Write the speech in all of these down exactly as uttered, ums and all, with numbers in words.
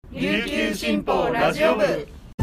琉球新報ラジオ部。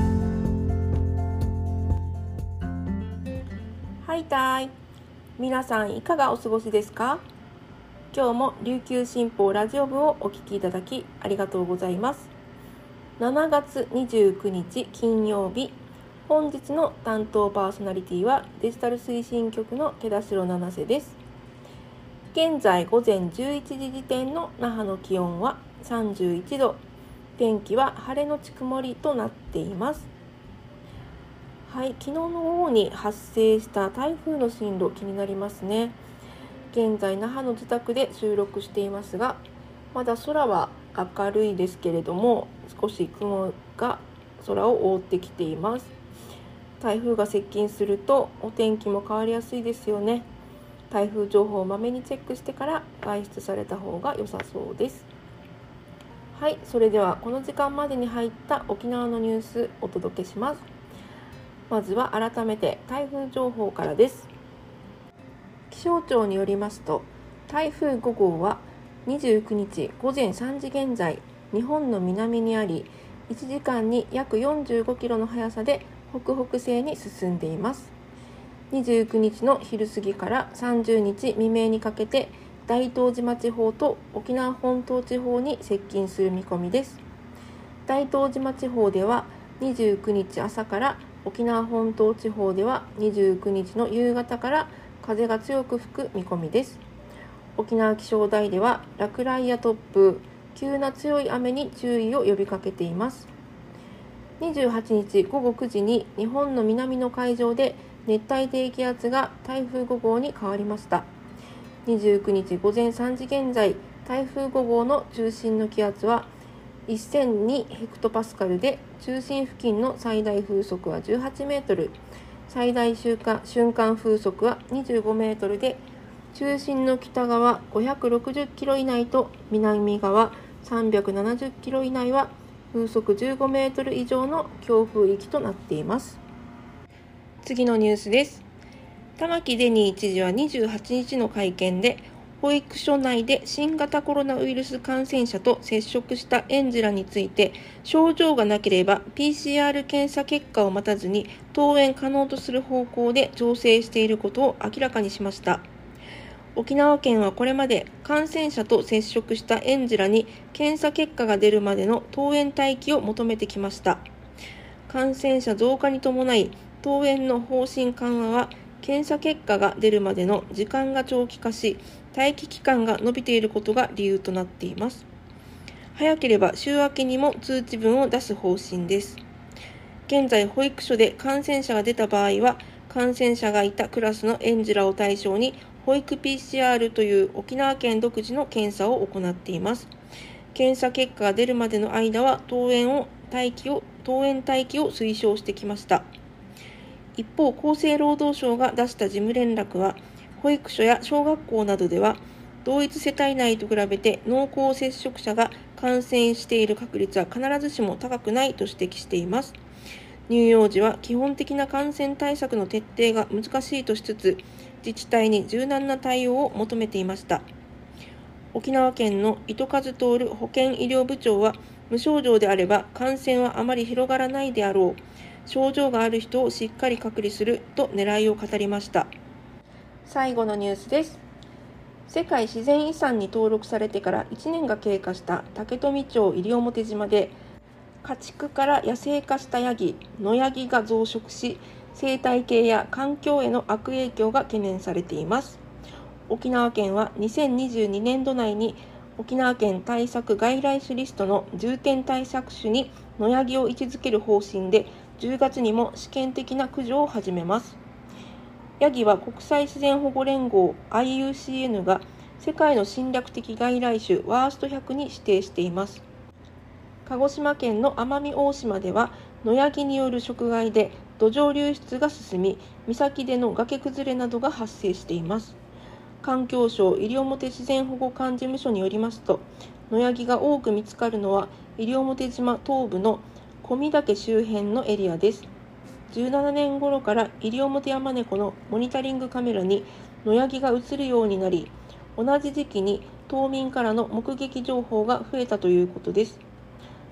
はいたい、皆さんいかがお過ごしですか？今日も琉球新報ラジオ部をお聞きいただきありがとうございます。しちがつにじゅうくにち金曜日、本日の担当パーソナリティはデジタル推進局の毛田代七瀬です。現在午前じゅういちじ時点の那覇の気温はさんじゅういちど、天気は晴れのち曇りとなっています。はい、昨日の午後に発生した台風の進路気になりますね。現在那覇の自宅で収録していますが、まだ空は明るいですけれども、少し雲が空を覆ってきています。台風が接近するとお天気も変わりやすいですよね。台風情報をまめにチェックしてから外出された方が良さそうです。はい、それではこの時間までに入った沖縄のニュースお届けします。まずは改めて台風情報からです。気象庁によりますと、台風ごごうはにじゅうくにち午前さんじ現在、日本の南にあり、いちじかんに約よんじゅうごキロの速さで北北西に進んでいます。にじゅうくにちの昼過ぎからさんじゅうにち未明にかけて、大東島地方と沖縄本島地方に接近する見込みです。大東島地方ではにじゅうくにち朝から、沖縄本島地方ではにじゅうくにちの夕方から風が強く吹く見込みです。沖縄気象台では落雷や突風、急な強い雨に注意を呼びかけています。にじゅうはちにちごごくじに日本の南の海上で熱帯低気圧が台風ごごうに変わりました。にじゅうくにち午前さんじ現在、台風ごごうの中心の気圧はせんにヘクトパスカルで、中心付近の最大風速はじゅうはちメートル、最大瞬間、瞬間風速はにじゅうごメートルで、中心の北側ごひゃくろくじゅっキロ以内と南側さんびゃくななじゅっキロ以内は風速じゅうごメートル以上の強風域となっています。次のニュースです。玉城デニー知事はにじゅうはちにちの会見で、保育所内で新型コロナウイルス感染者と接触した園児らについて、症状がなければ ピーシーアール 検査結果を待たずに登園可能とする方向で調整していることを明らかにしました。沖縄県はこれまで感染者と接触した園児らに検査結果が出るまでの登園待機を求めてきました。感染者増加に伴い、登園の方針緩和は検査結果が出るまでの時間が長期化し、待機期間が伸びていることが理由となっています。早ければ週明けにも通知文を出す方針です。現在、保育所で感染者が出た場合は、感染者がいたクラスの園児らを対象に、保育 ピーシーアール という沖縄県独自の検査を行っています。検査結果が出るまでの間は、登園を待機を、登園待機を推奨してきました。一方、厚生労働省が出した事務連絡は、保育所や小学校などでは、同一世帯内と比べて濃厚接触者が感染している確率は必ずしも高くないと指摘しています。乳幼児は基本的な感染対策の徹底が難しいとしつつ、自治体に柔軟な対応を求めていました。沖縄県の糸数徹保健医療部長は、無症状であれば感染はあまり広がらないであろう。症状がある人をしっかり隔離すると狙いを語りました。最後のニュースです。世界自然遺産に登録されてからいちねんが経過した竹富町西表島で、家畜から野生化したヤギ、野ヤギが増殖し、生態系や環境への悪影響が懸念されています。沖縄県はにせんにじゅうにねんど内に沖縄県対策外来種リストの重点対策種に野ヤギを位置づける方針で、じゅうがつにも試験的な駆除を始めます。ヤギは国際自然保護連合 アイユーシーエヌ が世界の侵略的外来種ワーストひゃくに指定しています。鹿児島県の奄美大島では野ヤギによる食害で土壌流出が進み、岬での崖崩れなどが発生しています。環境省西表自然保護管事務所によりますと、野ヤギが多く見つかるのは西表島東部の小見岳周辺のエリアです。じゅうななねん頃から西表山猫のモニタリングカメラに野ヤギが映るようになり、同じ時期に島民からの目撃情報が増えたということです。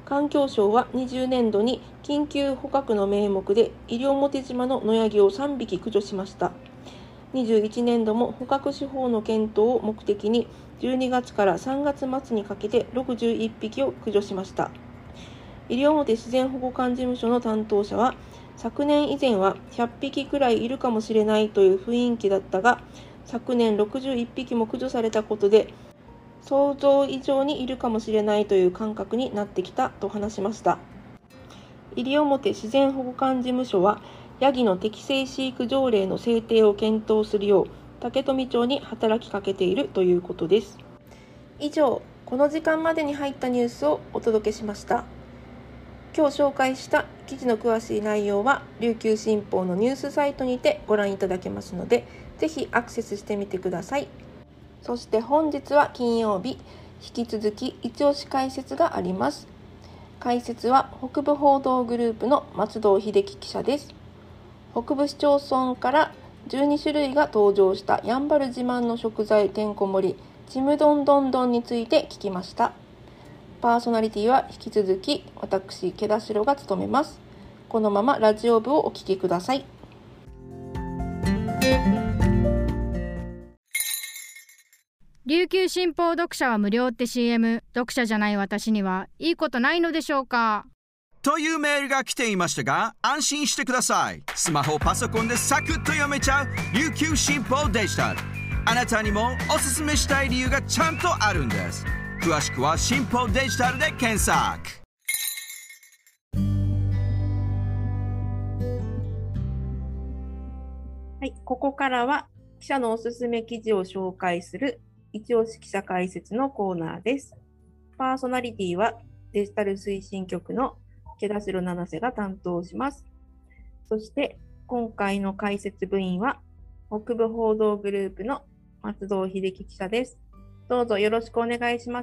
環境省はにじゅうねんどに緊急捕獲の名目で西表島の野ヤギをさんびき駆除しました。にじゅういちねんども捕獲手法の検討を目的にじゅうにがつからさんがつ末にかけてろくじゅういっぴきを駆除しました。西表自然保護管事務所の担当者は、昨年以前はひゃっぴきくらいいるかもしれないという雰囲気だったが、昨年ろくじゅういっぴきも駆除されたことで想像以上にいるかもしれないという感覚になってきたと話しました。西表自然保護管事務所は、ヤギの適正飼育条例の制定を検討するよう竹富町に働きかけているということです。以上、この時間までに入ったニュースをお届けしました。今日紹介した記事の詳しい内容は琉球新報のニュースサイトにてご覧いただけますので、ぜひアクセスしてみてください。そして本日は金曜日、引き続き一押し解説があります。解説は北部報道グループの松堂秀樹記者です。北部市町村からじゅうにしゅるいが登場したやんばる自慢の食材てんこ盛りちむどんどん丼について聞きました。パーソナリティは引き続き私毛田代が務めます。このままラジオ部をお聞きください。 琉球新報読者は無料って シーエム、 読者じゃない私にはいいことないのでしょうかというメールが来ていましたが、安心してください。スマホパソコンでサクッと読めちゃう琉球新報デジタル。あなたにもおすすめしたい理由がちゃんとあるんです。詳しくは新報デジタルで検索。 はい、ここからは記者のおすすめ記事を紹介する一押し記者解説のコーナーです。パーソナリティはデジタル推進局の毛田代七瀬が担当します。そして今回の解説部員は北部報道グループの松堂秀樹記者です。どうぞよろしくお願いします。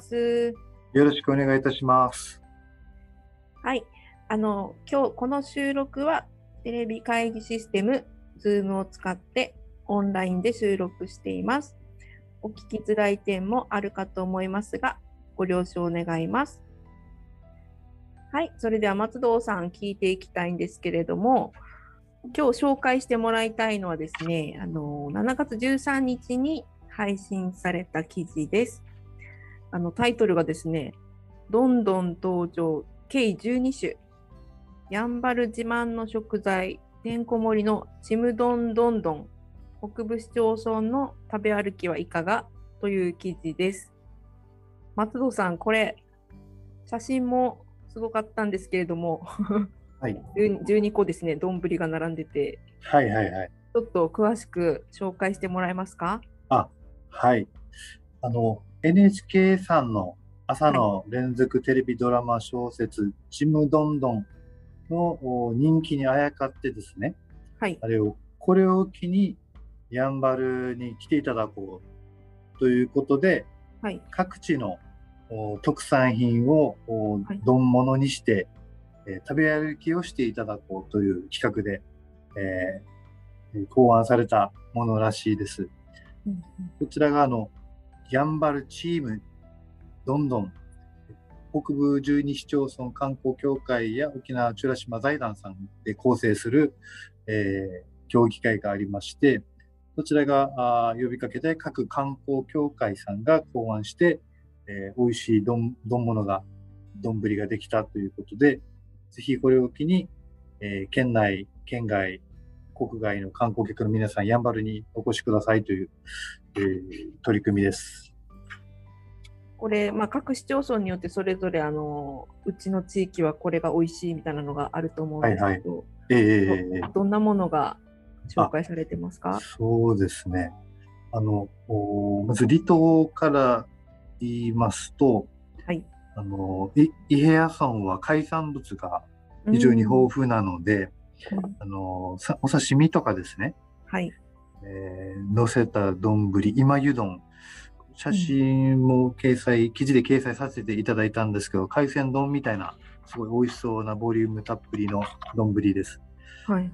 よろしくお願いいたします。 はい、あの今日この収録はテレビ会議システム Zoom を使ってオンラインで収録しています。お聞きづらい点もあるかと思いますが、ご了承願います。はい、それでは松堂さん聞いていきたいんですけれども、今日紹介してもらいたいのはですね、あのしちがつじゅうさんにちに配信された記事です。あのタイトルがですね、どんどん登場計じゅうにしゅ、やんばる自慢の食材てんこ盛りのちむどんどんどん、北部市町村の食べ歩きはいかがという記事です。松堂さん、これ写真もすごかったんですけれども、 はい、 じゅうにこですね、丼が並んでて、 はいはいはい。 ちょっと詳しく紹介してもらえますか？ あ、はい。あの エヌエイチケー さんの朝の連続テレビドラマ小説、はい、ちむどんどんの人気にあやかってですね、はい、あれをこれを機にやんばるに来ていただこうということで、はい、各地の特産品を丼物にして、はい、食べ歩きをしていただこうという企画で、えー、考案されたものらしいです。うんうん、こちらがあのやんばるチームどんどん北部じゅうに市町村観光協会や沖縄美ら島財団さんで構成する、えー、協議会がありまして、こちらが呼びかけて各観光協会さんが考案して、えー、美味しい丼物が丼ができたということで、ぜひこれを機に、えー、県内県外国外の観光客の皆さんやんばるにお越しくださいという、えー、取り組みです。 これ、まあ、各市町村によってそれぞれあのうちの地域はこれが美味しいみたいなのがあると思うんですけど、はいはい、えー、どんなものが紹介されてますか？ そうですね、あのまず離島から言いますと、はい、あの伊平屋村は海産物が非常に豊富なので、うん、あのお刺身とかですね、はい、えー、乗せた丼、今湯丼、写真も掲載、うん、記事で掲載させていただいたんですけど、海鮮丼みたいなすごい美味しそうなボリュームたっぷりの丼です。はいはい、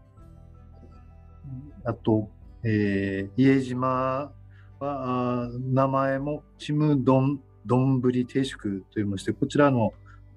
あと、えー、伊江島は名前もちむどん丼定食といいまして、こちらの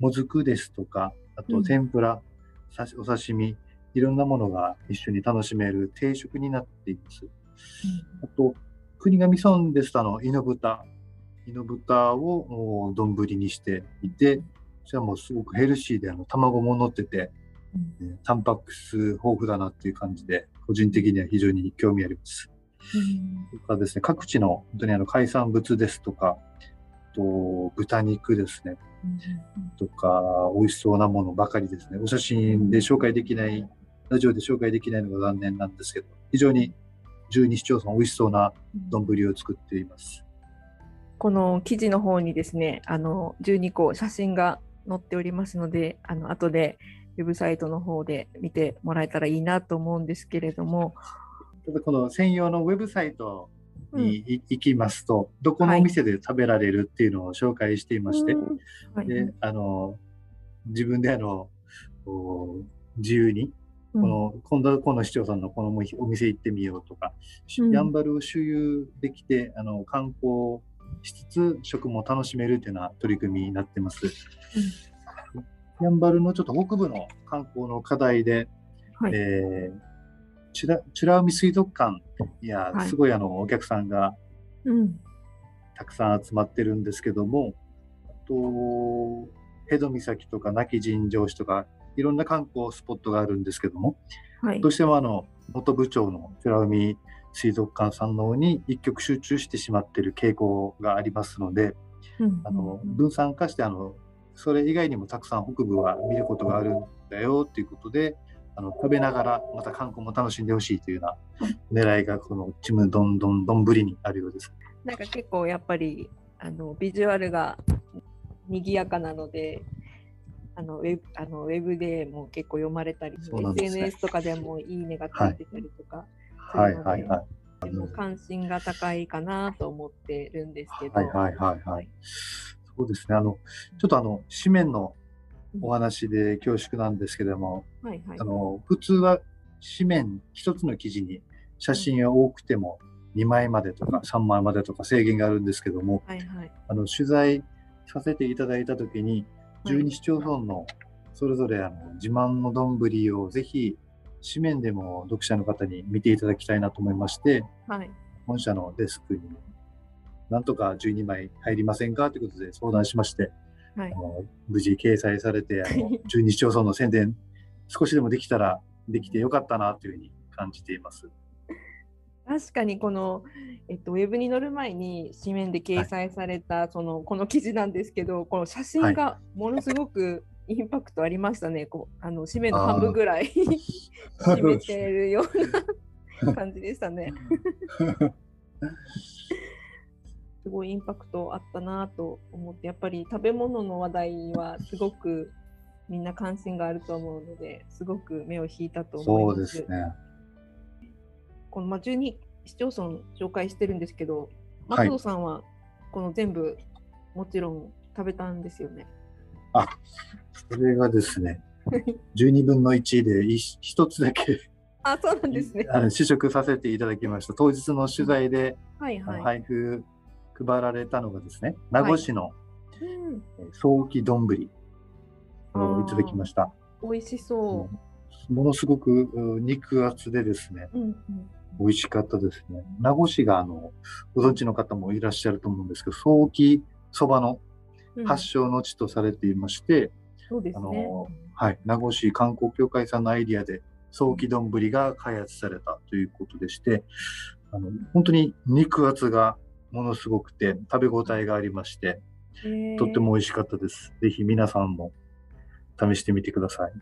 もずくですとか、あと天ぷら、さしお刺身、いろんなものが一緒に楽しめる定食になっています。あと、国頭村ですとあの、イノブタ。イノブタを丼にしていて、それはもうすごくヘルシーで、あの卵も乗ってて、うん、タンパク質豊富だなっていう感じで、個人的には非常に興味あります。うん、それからですね、各地の本当にあの海産物ですとか、と豚肉ですね、うん、とか美味しそうなものばかりですね。お写真で紹介できない、ラジオで紹介できないのが残念なんですけど、非常にじゅうに市町村美味しそうな丼を作っています。 この記事の方にですね、あのじゅうにこ写真が載っておりますので、あの後でウェブサイトの方で見てもらえたらいいなと思うんですけれども、 ただこの専用のウェブサイトに行きますと、うん、どこのお店で食べられるっていうのを紹介していまして、はい、であの自分であの自由にこの、うん、今度はこの市町村のこのお店行ってみようとか、うん、やんばるを周遊できてあの観光しつつ食も楽しめるというような取り組みになってます。うん、やんばるのちょっと北部の観光の課題で、はい、えー、チュラ、チュラ海水族館いや、はい、すごいあのお客さんがたくさん集まってるんですけども、あと辺戸岬とか亡き尋常市とかいろんな観光スポットがあるんですけども、はい、どうしてもあの元部長の美ら海水族館さんの方に一極集中してしまっている傾向がありますので、うん、あの分散化してあのそれ以外にもたくさん北部は見ることがあるんだよということで、あの食べながらまた観光も楽しんでほしいというような狙いがこのちむどんどんどんぶりにあるようです。 なんか結構やっぱりあのビジュアルが賑やかなので、あのウェブ、あのウェブでも結構読まれたり、ね、エスエヌエス とかでもいいねがついてたりとか、はいはいはいはい、でも関心が高いかなと思ってるんですけど、 はいはいはいはい、そうですね、あのちょっとあの紙面のお話で恐縮なんですけども、うん、はいはい、あの普通は紙面一つの記事に写真が多くてもにまいまでとかさんまいまでとか制限があるんですけども、はいはい、あの取材させていただいたときにじゅうに市町村のそれぞれあの自慢の丼をぜひ紙面でも読者の方に見ていただきたいなと思いまして、はい、本社のデスクになんとかじゅうにまい入りませんかということで相談しまして、はい、あの無事掲載されてあのじゅうに市町村の宣伝少しでもできたらできてよかったなというふうに感じています。 確かにこの、えっと、ウェブに載る前に紙面で掲載された、はい、そのこの記事なんですけど、この写真がものすごくインパクトありましたね。こうあの紙面の半分ぐらい占めてるような感じでしたね。すごいインパクトあったなと思って、やっぱり食べ物の話題はすごくみんな関心があると思うので、すごく目を引いたと思います。 そうですね。 このじゅうに市町村紹介してるんですけど、松尾さんはこの全部もちろん食べたんですよね。 あ、それがですね、じゅうにぶんのいちで一つだけあ、そうなんですね。 あの試食させていただきました。当日の取材で、はいはい、配布配られたのがですね、名護市の早期丼をいただきました。 美味しそう。 ものすごく肉厚でですね、うんうん、美味しかったですね。名護市があのご存知の方もいらっしゃると思うんですけど、早期そばの発祥の地とされていまして、 うん、そうですね、 あのはい、名護市観光協会さんのアイディアで早期丼が開発されたということでして、あの本当に肉厚がものすごくて食べ応えがありまして、とっても美味しかったです。ぜひ皆さんも試してみてください。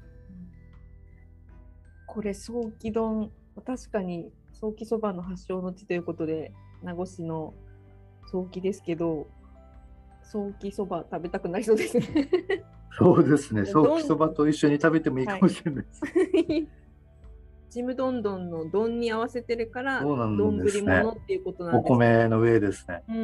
これ早期丼、確かに早期そばの発祥の地ということで名護市の早期ですけど、早期そば食べたくなりそうですね。 そうですね、早期そばと一緒に食べてもいいかもしれないです。はい、 ちむどんどんの丼に合わせてるから丼物っていうことなんですね。 お米の上ですね。 うん、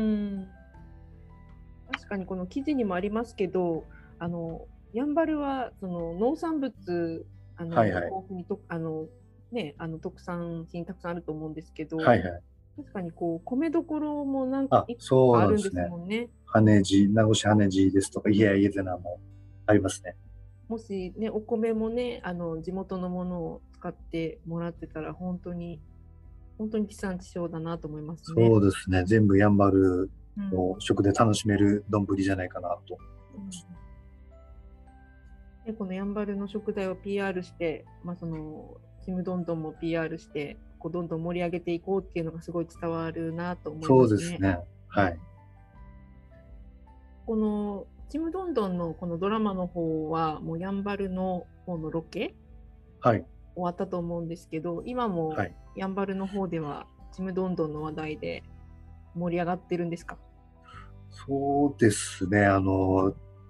確かにこの記事にもありますけど、あのやんばるはその農産物あの、はいはい、豊富にとあの、ね、あの特産品たくさんあると思うんですけど、はいはい、確かにこう米どころもなんかいくつかあるんですもんね。 羽地、名護市羽地ですとか、伊平伊是名もありますね。 もしね、お米もね、あの地元のものを使ってもらってたら、本当に、本当に地産地消だなと思いますね。 そうですね。全部やんばるうんを食で楽しめる丼じゃないかなと思います。 でこのやんばるの食材を ピーアール して、まあ、そのちむどんどんも ピーアール して、こうどんどん盛り上げていこうっていうのがすごい伝わるなと思いますね。 そうですね。はい。 このちむどんどんのこのドラマの方はもうやんばるの方のロケはい。 終わったと思うんですけど、今もはい。 やんばるの方ではちむどんどんの話題で盛り上がってるんですか？ そうですね。あの、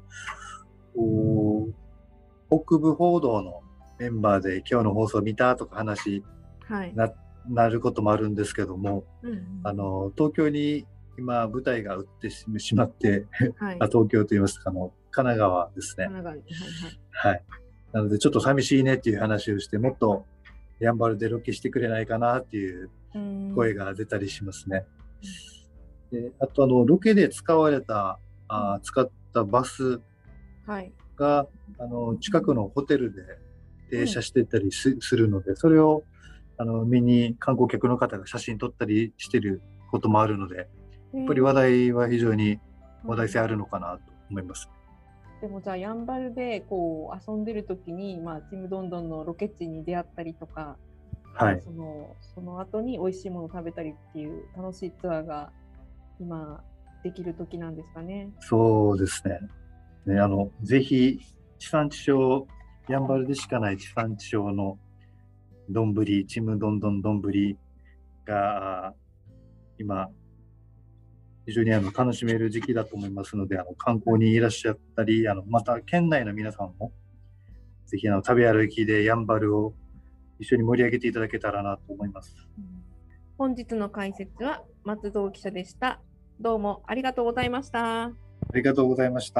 お北部報道のメンバーで今日の放送見たとか話はい。 な、なることもあるんですけども、 うんうんあの、東京に今舞台が売ってしまって、 はい。 あ東京と言いますか、あの、神奈川ですね。 神奈川にはいはい。 はい。なのでちょっと寂しいねっていう話をして、もっとやんばるでロケしてくれないかなっていううん声が出たりしますね。であとあのロケで使われたあ使ったバスはい。 があの近くのホテルで停車してたり す,、するので、それをあの見に観光客の方が写真撮ったりしてることもあるので、やっぱり話題は非常に話題性あるのかなと思います。 でもじゃあやんばるでこう遊んでる時に、まあ、ちむどんどんのロケ地に出会ったりとか、 はい。 そのその後に美味しいものを食べたりっていう楽しいツアーが今できる時なんですかね。 そうですね。ね、あの、ぜひ、地産地消、やんばるでしかない地産地消の丼、ちむどんどん丼が、今、非常にあの楽しめる時期だと思いますので、あの観光にいらっしゃったり、あのまた県内の皆さんも、ぜひあの食べ歩きでやんばるを一緒に盛り上げていただけたらなと思います。 本日の解説は松戸記者でした。どうもありがとうございました。 ありがとうございました。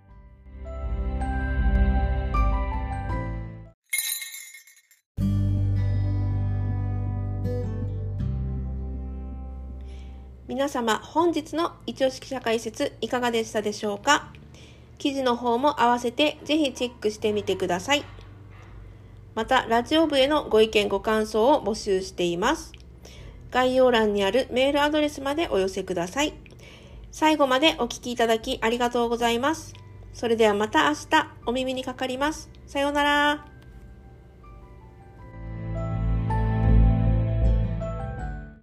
皆様、本日の一押し記者解説いかがでしたでしょうか？記事の方も合わせてぜひチェックしてみてください。また、ラジオ部へのご意見ご感想を募集しています。概要欄にあるメールアドレスまでお寄せください。最後までお聞きいただきありがとうございます。それではまた明日お耳にかかります。さようなら。